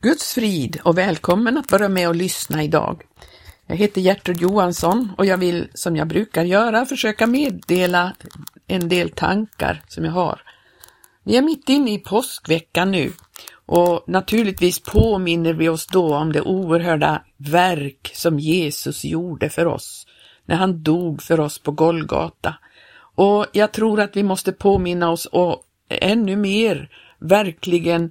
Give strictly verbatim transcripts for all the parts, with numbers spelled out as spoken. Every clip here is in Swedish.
Guds frid och välkommen att vara med och lyssna idag. Jag heter Gertrud Johansson och jag vill, som jag brukar göra, försöka meddela en del tankar som jag har. Vi är mitt inne i påskveckan nu och naturligtvis påminner vi oss då om det oerhörda verk som Jesus gjorde för oss när han dog för oss på Golgata. Och jag tror att vi måste påminna oss och ännu mer verkligen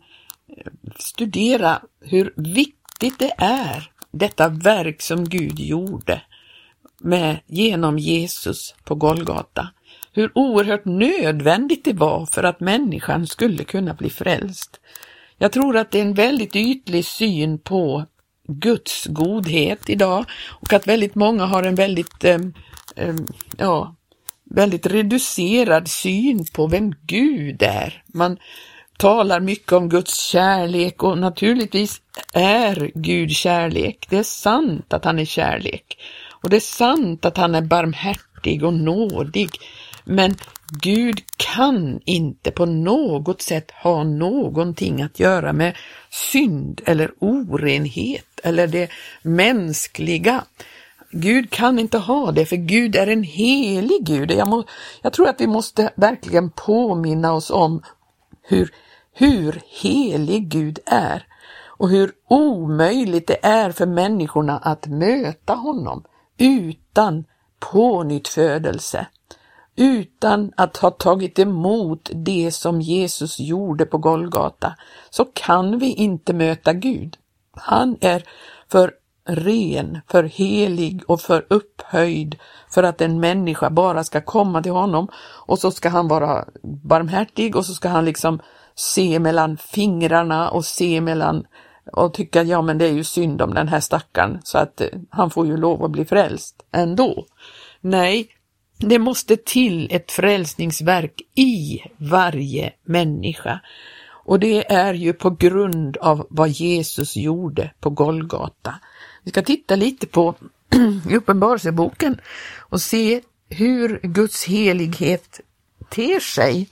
studera hur viktigt det är, detta verk som Gud gjorde med, genom Jesus på Golgata. Hur oerhört nödvändigt det var för att människan skulle kunna bli frälst. Jag tror att det är en väldigt ytlig syn på Guds godhet idag och att väldigt många har en väldigt, eh, eh, ja, väldigt reducerad syn på vem Gud är. Man talar mycket om Guds kärlek och naturligtvis är Gud kärlek. Det är sant att han är kärlek och det är sant att han är barmhärtig och nådig. Men Gud kan inte på något sätt ha någonting att göra med synd eller orenhet eller det mänskliga. Gud kan inte ha det, för Gud är en helig Gud. Jag, må, jag tror att vi måste verkligen påminna oss om hur, hur helig Gud är och hur omöjligt det är för människorna att möta honom utan pånyttfödelse. Utan att ha tagit emot det som Jesus gjorde på Golgata så kan vi inte möta Gud. Han är för ren, för helig och för upphöjd för att en människa bara ska komma till honom och så ska han vara barmhärtig och så ska han liksom se mellan fingrarna och se mellan och tycka ja men det är ju synd om den här stackaren så att han får ju lov att bli frälst ändå. Nej, det måste till ett frälsningsverk i varje människa. Och det är ju på grund av vad Jesus gjorde på Golgata. Vi ska titta lite på Uppenbarelseboken och se hur Guds helighet ter sig.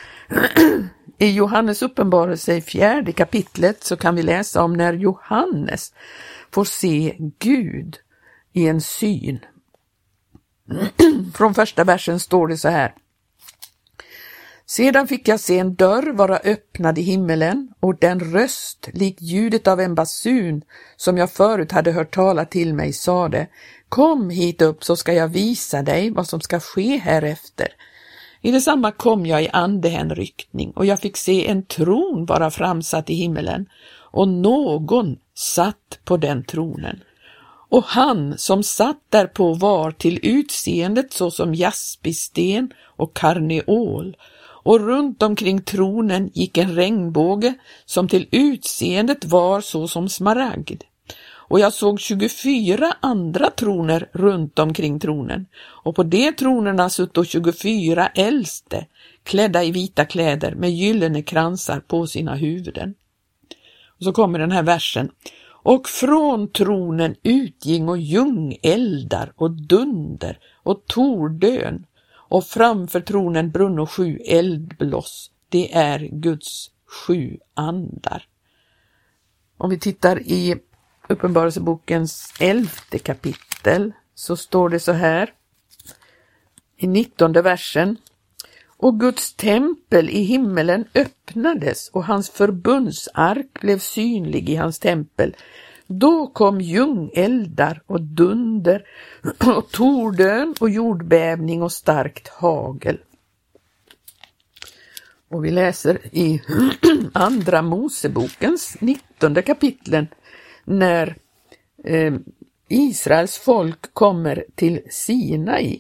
I Johannes uppenbarelse i fjärde kapitlet så kan vi läsa om när Johannes får se Gud i en syn. Från första versen står det så här. Sedan fick jag se en dörr vara öppnad i himmelen och den röst, likt ljudet av en basun som jag förut hade hört tala till mig, sade: Kom hit upp så ska jag visa dig vad som ska ske härefter. I detsamma kom jag i andehänryckning och jag fick se en tron vara framsatt i himmelen och någon satt på den tronen. Och han som satt därpå var till utseendet såsom jaspisten och karneol, och runt omkring tronen gick en regnbåge som till utseendet var såsom smaragd. Och jag såg tjugofyra andra troner runt omkring tronen, och på de tronerna satt tjugofyra äldste, klädda i vita kläder med gyllene kransar på sina huvuden. Och så kommer den här versen. Och från tronen utging och ljungeldar och dunder och tordön, och framför tronen brunn och sju eldbloss. Det är Guds sju andar. Om vi tittar i Uppenbarelsebokens elfte kapitel så står det så här i nittonde versen. Och Guds tempel i himmelen öppnades och hans förbundsark blev synlig i hans tempel. Då kom ljungeldar och dunder och tordön och jordbävning och starkt hagel. Och vi läser i andra Mosebokens nittonde kapitlen när eh, Israels folk kommer till Sinai.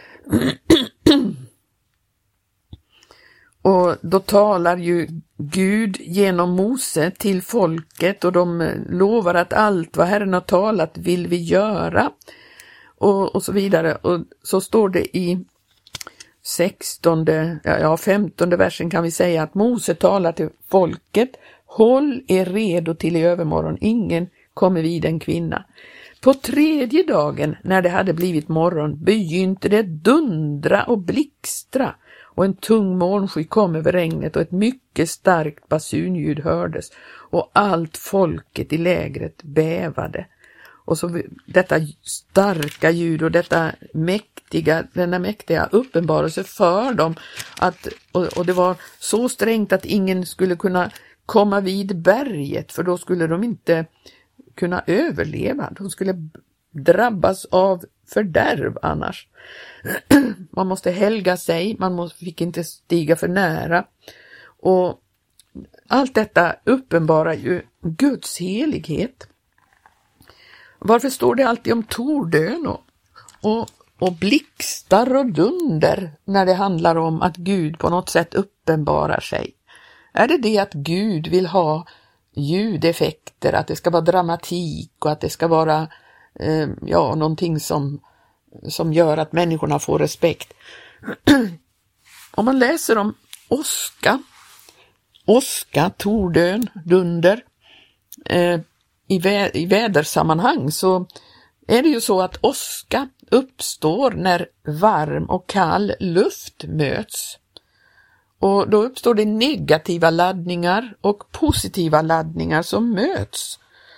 Och då talar ju Gud genom Mose till folket och de lovar att allt vad Herren har talat vill vi göra och, och så vidare. Och så står det i sextonde, ja femtonde versen kan vi säga att Mose talar till folket: håll er redo till i övermorgon, ingen kommer vid en kvinna. På tredje dagen när det hade blivit morgon begynte det dundra och blixtra och en tung molnsky kom över regnet och ett mycket starkt basunljud hördes och allt folket i lägret bävade. Och så detta starka ljud och detta mäktiga, denna mäktiga uppenbarelse för dem att, och, och det var så strängt att ingen skulle kunna komma vid berget, för då skulle de inte kunna överleva. De skulle drabbas av fördärv annars. Man måste helga sig, man måste, fick inte stiga för nära. Och allt detta uppenbarar ju Guds helighet. Varför står det alltid om tordön och, och, och blixtar och dunder när det handlar om att Gud på något sätt uppenbarar sig? Är det det att Gud vill ha ljudeffekter, att det ska vara dramatik och att det ska vara eh, ja, någonting som, som gör att människorna får respekt? Om man läser om åska, åska, tordön, dunder, eh, I, vä- i vädersammanhang så är det ju så att åska uppstår när varm och kall luft möts. Och då uppstår det negativa laddningar och positiva laddningar som möts.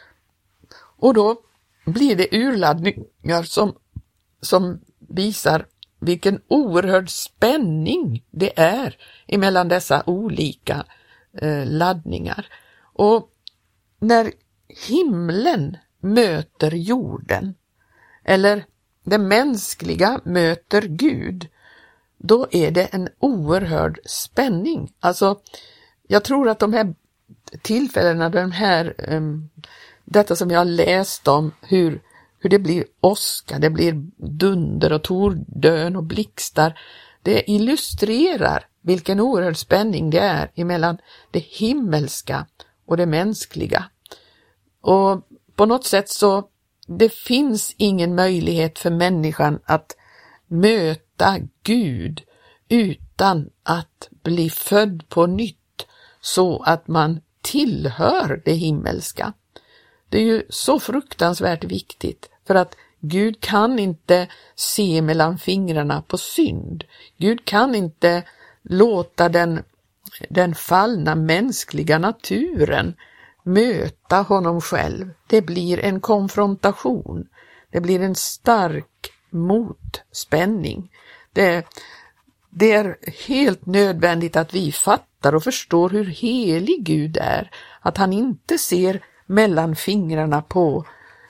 Och då blir det urladdningar som, som visar vilken oerhörd spänning det är emellan dessa olika eh, laddningar. Och när himlen möter jorden eller det mänskliga möter Gud, då är det en oerhörd spänning. Alltså, jag tror att de här tillfällena, de här, um, detta som jag har läst om, hur, hur det blir åska, det blir dunder och tordön och blixtar, det illustrerar vilken oerhörd spänning det är emellan det himmelska och det mänskliga. Och på något sätt så det finns ingen möjlighet för människan att möta Gud utan att bli född på nytt så att man tillhör det himmelska. Det är ju så fruktansvärt viktigt, för att Gud kan inte se mellan fingrarna på synd. Gud kan inte låta den, den fallna mänskliga naturen möta honom själv. Det blir en konfrontation. Det blir en stark motspänning. Det, det är helt nödvändigt att vi fattar och förstår hur helig Gud är. Att han inte ser mellan fingrarna på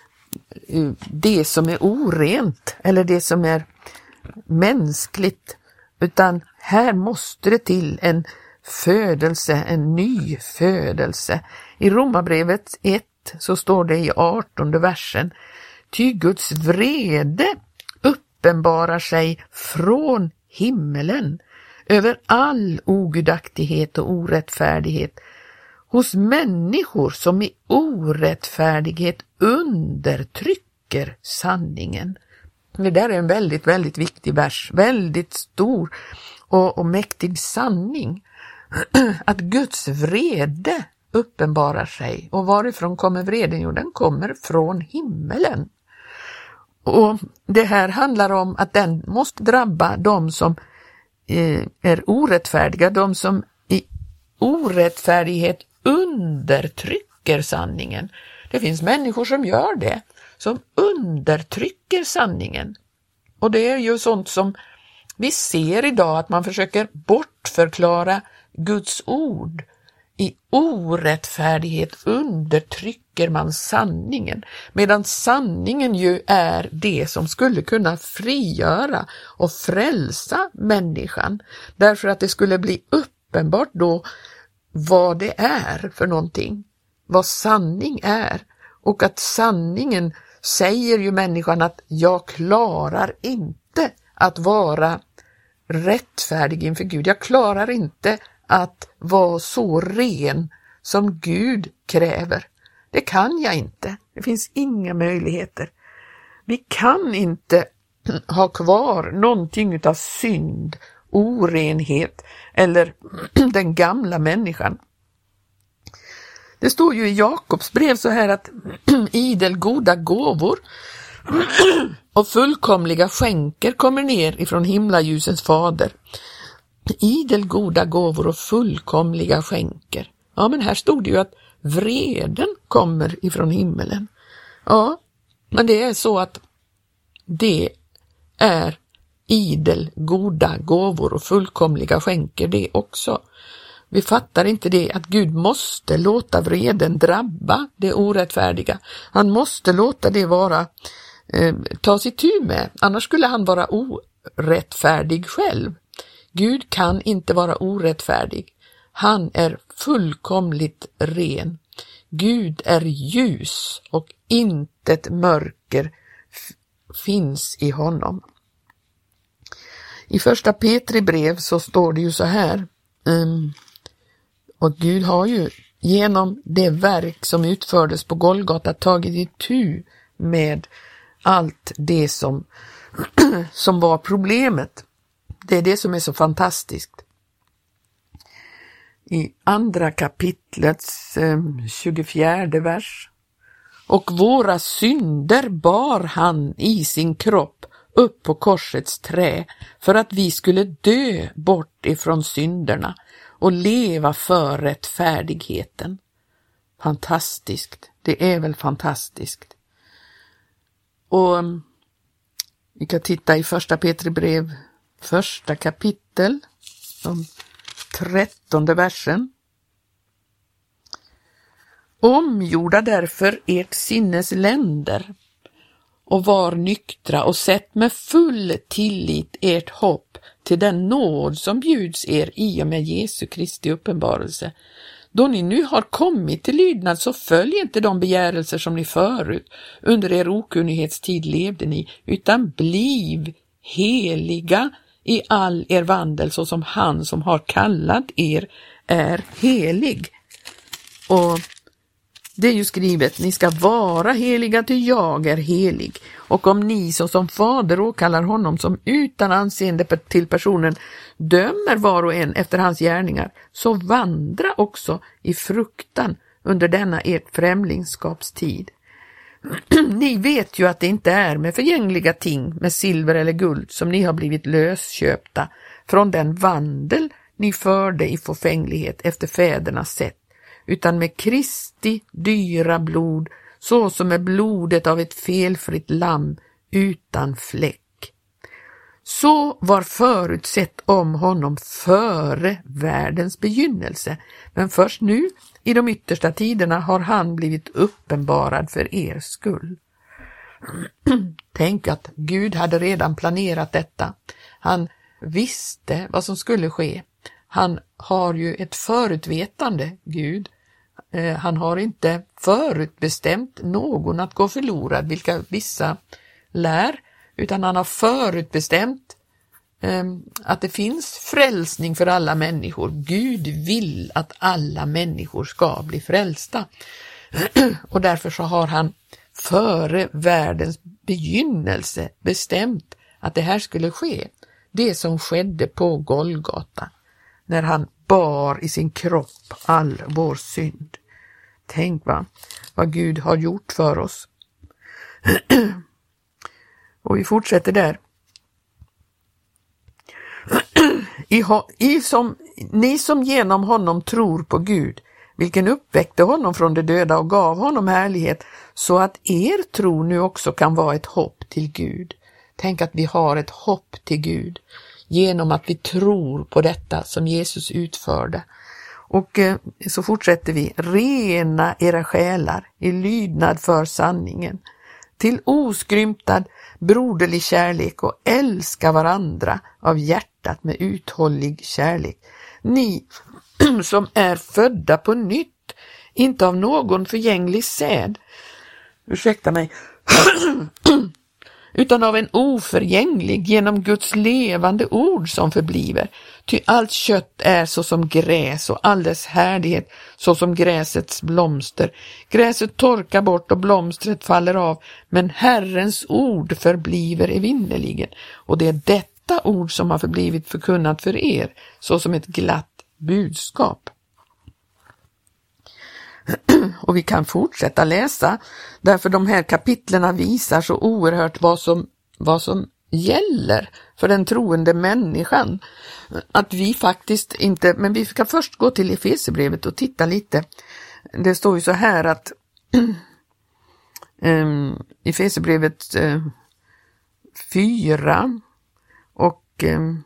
det som är orent eller det som är mänskligt. Utan här måste det till en födelse, en ny födelse. I Romarbrevet ett så står det i artonde versen: ty Guds vrede uppenbarar sig från himmelen över all ogudaktighet och orättfärdighet hos människor som i orättfärdighet undertrycker sanningen. Det där är en väldigt, väldigt viktig vers, väldigt stor och, och mäktig sanning. Att Guds vrede uppenbarar sig. Och varifrån kommer vreden? Jo, den kommer från himmelen. Och det här handlar om att den måste drabba de som eh, är orättfärdiga, de som i orättfärdighet undertrycker sanningen. Det finns människor som gör det, som undertrycker sanningen. Och det är ju sånt som vi ser idag, att man försöker bortförklara Guds ord. I orättfärdighet undertrycker man sanningen, medan sanningen ju är det som skulle kunna frigöra och frälsa människan, därför att det skulle bli uppenbart då vad det är för någonting, vad sanning är, och att sanningen säger ju människan att jag klarar inte att vara rättfärdig inför Gud, jag klarar inte att vara så ren som Gud kräver. Det kan jag inte. Det finns inga möjligheter. Vi kan inte ha kvar någonting av synd, orenhet eller den gamla människan. Det står ju i Jakobs brev så här att idel goda gåvor och fullkomliga skänker kommer ner ifrån himlaljusens fader, idel goda gåvor och fullkomliga skänker. Ja, men här stod det ju att vreden kommer ifrån himmelen. Ja, men det är så att det är idel goda gåvor och fullkomliga skänker det också. Vi fattar inte det, att Gud måste låta vreden drabba det orättfärdiga. Han måste låta det vara eh, ta sig tur med, annars skulle han vara orättfärdig själv. Gud kan inte vara orättfärdig. Han är fullkomligt ren. Gud är ljus och intet mörker f- finns i honom. I första Petri brev så står det ju så här. Um, och Gud har ju genom det verk som utfördes på Golgata tagit itu med allt det som, som var problemet. Det är det som är så fantastiskt. I andra kapitlets eh, tjugofjärde vers. Och våra synder bar han i sin kropp upp på korsets trä för att vi skulle dö bort ifrån synderna och leva för rättfärdigheten. Fantastiskt. Det är väl fantastiskt. Och vi kan titta i första Petri brev, första kapitel, de trettonde versen. Omgjorda därför ert sinnes länder och var nyktra och sätt med full tillit ert hopp till den nåd som bjuds er i och med Jesu Kristi uppenbarelse. Då ni nu har kommit till lydnad så följ inte de begärelser som ni förut under er okunnighetstid levde ni, utan bliv heliga i all er vandel så som han som har kallat er är helig. Och det är ju skrivet, ni ska vara heliga till jag är helig. Och om ni så som fader åkallar honom som utan anseende till personen dömer var och en efter hans gärningar, så vandra också i fruktan under denna ert främlingskapstid. Ni vet ju att det inte är med förgängliga ting, med silver eller guld, som ni har blivit lösköpta från den vandel ni förde i förfänglighet efter fädernas sätt, utan med Kristi dyra blod, så som är blodet av ett felfritt lamm utan fläck. Så var förutsett om honom före världens begynnelse, men först nu i de yttersta tiderna har han blivit uppenbarad för er skull. Tänk att Gud hade redan planerat detta. Han visste vad som skulle ske. Han har ju ett förutvetande, Gud. Eh, han har inte förutbestämt någon att gå förlorad, vilka vissa lär, utan han har förutbestämt eh, att det finns frälsning för alla människor. Gud vill att alla människor ska bli frälsta. Och därför så har han före världens begynnelse bestämt att det här skulle ske. Det som skedde på Golgata, när han bar i sin kropp all vår synd. Tänk va, vad Gud har gjort för oss. Och vi fortsätter där. I, i som, ni som genom honom tror på Gud, vilken uppväckte honom från de döda och gav honom härlighet, så att er tro nu också kan vara ett hopp till Gud. Tänk att vi har ett hopp till Gud genom att vi tror på detta som Jesus utförde. Och eh, så fortsätter vi. Rena era själar i lydnad för sanningen, till oskrymtad broderlig kärlek, och älska varandra av hjärtat med uthållig kärlek. Ni som är födda på nytt, inte av någon förgänglig säd, ursäkta mig, utan av en oförgänglig genom Guds levande ord som förbliver. Ty allt kött är så som gräs och all dess härdighet så som gräsets blomster. Gräset torkar bort och blomstret faller av, men Herrens ord förbliver evinnerligen. Och det är detta ord som har förblivit förkunnat för er, så som ett glatt budskap. Och vi kan fortsätta läsa, därför de här kapitlerna visar så oerhört vad som, vad som gäller för den troende människan. Att vi faktiskt inte, men vi ska först gå till Efesierbrevet och titta lite. Det står ju så här att um, Efesierbrevet uh, fyra och um,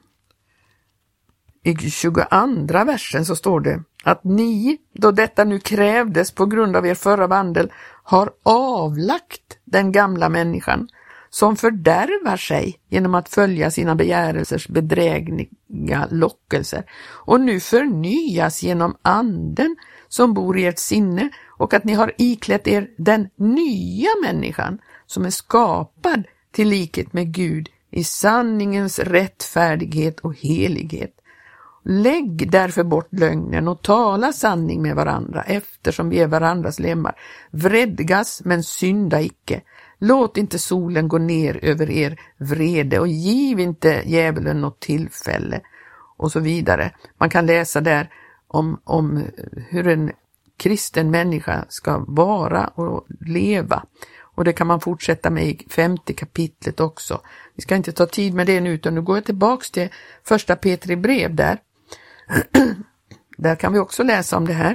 i tjugoandra versen så står det att ni, då detta nu krävdes på grund av er förra vandel, har avlagt den gamla människan som fördärvar sig genom att följa sina begärelsers bedrägliga lockelser och nu förnyas genom anden som bor i ert sinne, och att ni har iklätt er den nya människan som är skapad till likhet med Gud i sanningens rättfärdighet och helighet. Lägg därför bort lögnen och tala sanning med varandra, eftersom vi är varandras lemmar. Vredgas, men synda icke. Låt inte solen gå ner över er vrede och giv inte djävulen något tillfälle, och så vidare. Man kan läsa där om, om hur en kristen människa ska vara och leva. Och det kan man fortsätta med i femte kapitlet också. Vi ska inte ta tid med det nu, utan nu går jag tillbaks till första Petri brev där. Där kan vi också läsa om det här.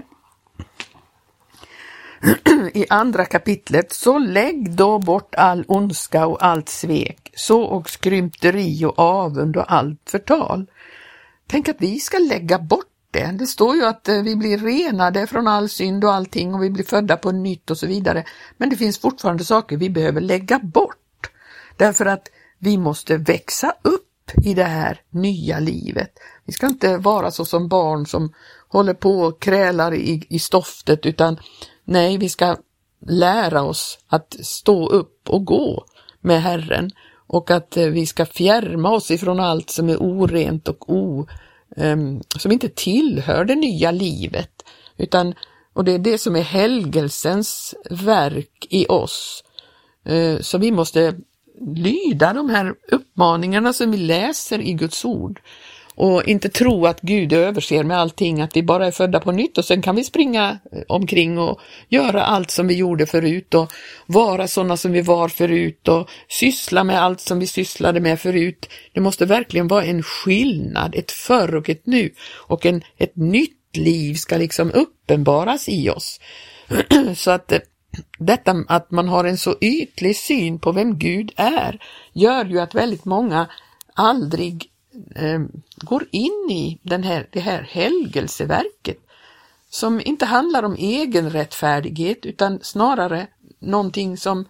I andra kapitlet: så lägg då bort all ondska och allt svek, så och skrymteri och avund och allt förtal. Tänk att vi ska lägga bort det. Det står ju att vi blir renade från all synd och allting, och vi blir födda på nytt och så vidare. Men det finns fortfarande saker vi behöver lägga bort. Därför att vi måste växa upp i det här nya livet. Vi ska inte vara så som barn som håller på och krälar i, i stoftet, utan nej, vi ska lära oss att stå upp och gå med Herren, och att vi ska fjärma oss ifrån allt som är orent och o, um, som inte tillhör det nya livet, utan, och det är det som är helgelsens verk i oss. Uh, så vi måste lyda de här uppmaningarna som vi läser i Guds ord, och inte tro att Gud överser med allting, att vi bara är födda på nytt och sen kan vi springa omkring och göra allt som vi gjorde förut och vara sådana som vi var förut och syssla med allt som vi sysslade med förut. Det måste verkligen vara en skillnad, ett förr och ett nu, och en, ett nytt liv ska liksom uppenbaras i oss. Så att detta att man har en så ytlig syn på vem Gud är gör ju att väldigt många aldrig eh, går in i den här, det här helgelseverket, som inte handlar om egen rättfärdighet utan snarare någonting som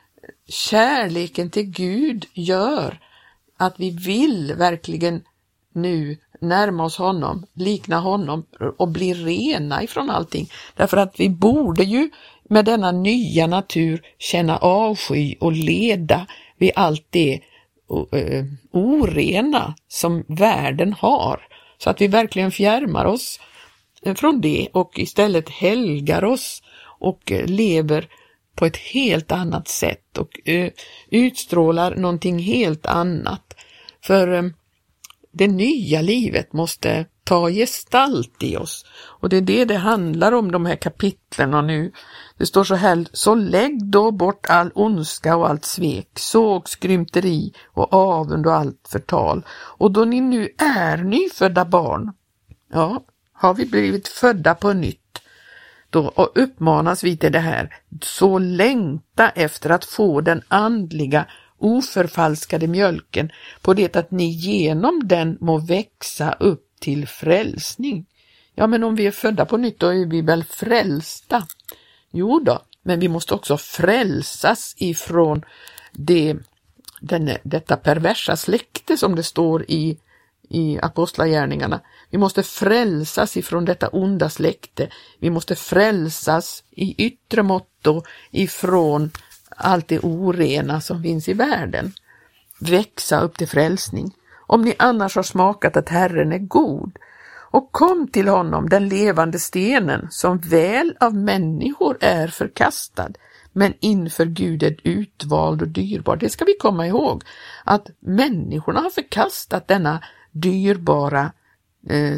kärleken till Gud gör, att vi vill verkligen nu närma oss honom, likna honom och bli rena ifrån allting. Därför att vi borde ju med denna nya natur känna avsky och leda vid allt det uh, orena som världen har. Så att vi verkligen fjärmar oss från det och istället helgar oss och uh, lever på ett helt annat sätt och uh, utstrålar någonting helt annat. För uh, det nya livet måste ta gestalt i oss. Och det är det det handlar om, de här kapitlen. Och nu, det står så här: så lägg då bort all ondska och allt svek, såg, skrymteri och avund och allt förtal. Och då ni nu är nyfödda barn, ja, har vi blivit födda på nytt, då och uppmanas vi till det här: så längta efter att få den andliga oförfalskade mjölken, på det att ni genom den må växa upp till frälsning. Ja, men om vi är födda på nytt, då är vi väl frälsta? Jo då, men vi måste också frälsas ifrån det, den, detta perversa släkte som det står i, i apostlagärningarna. Vi måste frälsas ifrån detta onda släkte. Vi måste frälsas i yttre motto ifrån allt det orena som finns i världen. Växa upp till frälsning. Om ni annars har smakat att Herren är god, och kom till honom, den levande stenen, som väl av människor är förkastad, men inför Gud är utvald och dyrbar. Det ska vi komma ihåg, att människorna har förkastat denna dyrbara eh,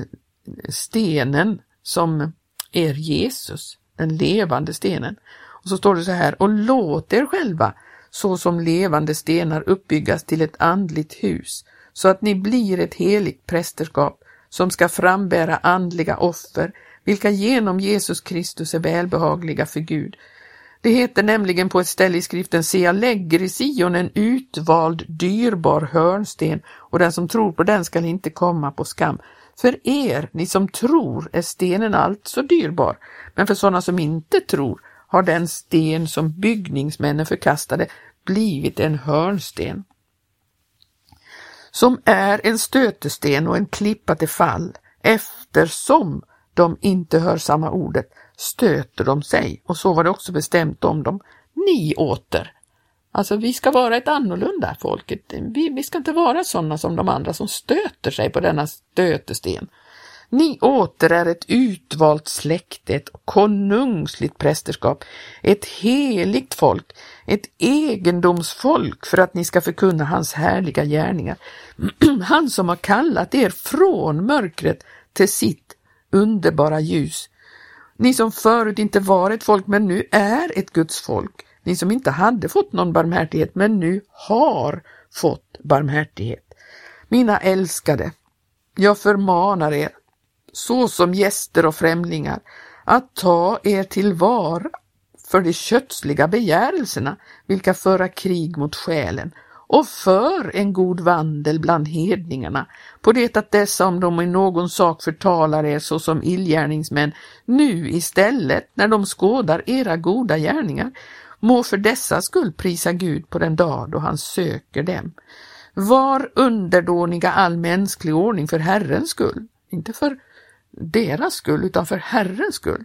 stenen som är Jesus, den levande stenen. Och så står det så här: och låt er själva så som levande stenar uppbyggas till ett andligt hus, så att ni blir ett heligt prästerskap som ska frambära andliga offer, vilka genom Jesus Kristus är välbehagliga för Gud. Det heter nämligen på ett ställe i skriften: se, jag lägger i Sion en utvald, dyrbar hörnsten, och den som tror på den skall inte komma på skam. För er, ni som tror, är stenen alltså dyrbar, men för sådana som inte tror har den sten som byggningsmännen förkastade blivit en hörnsten, som är en stötesten och en klippa till fall. Eftersom de inte hör samma ordet stöter de sig, och så var det också bestämt om dem. Ni åter, alltså vi ska vara ett annorlunda folket, vi, vi ska inte vara sådana som de andra som stöter sig på denna stötesten. Ni åter är ett utvalt släkte, ett konungsligt prästerskap, ett heligt folk, ett egendomsfolk, för att ni ska förkunna hans härliga gärningar. Han som har kallat er från mörkret till sitt underbara ljus. Ni som förut inte var ett folk men nu är ett Guds folk. Ni som inte hade fått någon barmhärtighet men nu har fått barmhärtighet. Mina älskade, jag förmanar er, så som gäster och främlingar, att ta er tillvara för de kötsliga begärelserna, vilka föra krig mot själen, och för en god vandel bland hedningarna, på det att dessa, om de i någon sak förtalar er så som illgärningsmän, nu istället, när de skådar era goda gärningar, må för dessa skull prisa Gud på den dag då han söker dem. Var underdåniga all mänsklig ordning för Herrens skull, inte för deras skull utan för Herrens skull.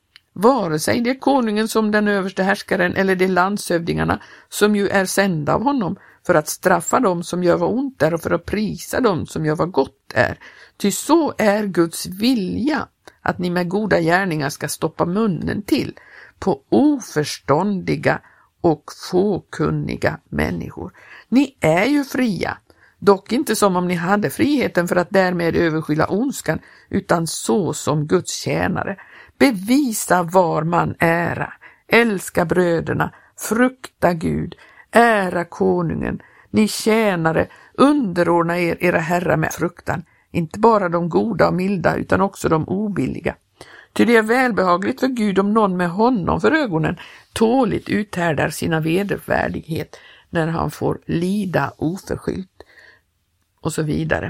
Vare sig det är konungen som den överste härskaren eller de landshövdingarna som ju är sända av honom för att straffa dem som gör vad ont är och för att prisa dem som gör vad gott är. Ty så är Guds vilja, att ni med goda gärningar ska stoppa munnen till på oförståndiga och fåkunniga människor. Ni är ju fria, dock inte som om ni hade friheten för att därmed överskylla ondskan, utan så som Guds tjänare. Bevisa var man ära, älska bröderna, frukta Gud, ära konungen, ni tjänare, underordna er era herrar med fruktan, inte bara de goda och milda utan också de obilliga. Ty det är välbehagligt för Gud om någon med honom för ögonen tåligt uthärdar sina vedervärdighet när han får lida oförskyllt. Och så vidare.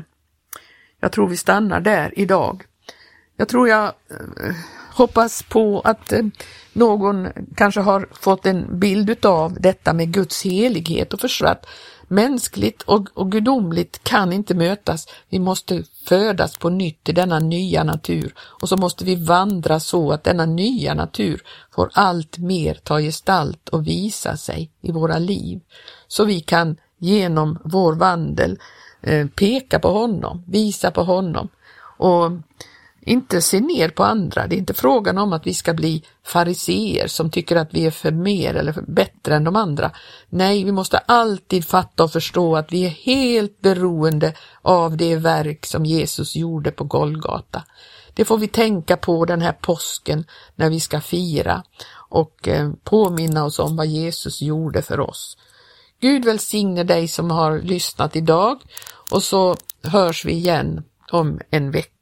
Jag tror vi stannar där idag. Jag tror jag eh, hoppas på att eh, någon kanske har fått en bild av detta med Guds helighet och förstå att mänskligt och, och gudomligt kan inte mötas. Vi måste födas på nytt i denna nya natur, och så måste vi vandra så att denna nya natur får allt mer ta gestalt och visa sig i våra liv, så vi kan genom vår vandel eh, peka på honom, visa på honom och inte se ner på andra. Det är inte frågan om att vi ska bli fariseer som tycker att vi är för mer eller för bättre än de andra. Nej, vi måste alltid fatta och förstå att vi är helt beroende av det verk som Jesus gjorde på Golgata. Det får vi tänka på den här påsken när vi ska fira och eh, påminna oss om vad Jesus gjorde för oss. Gud välsigne dig som har lyssnat idag, och så hörs vi igen om en vecka.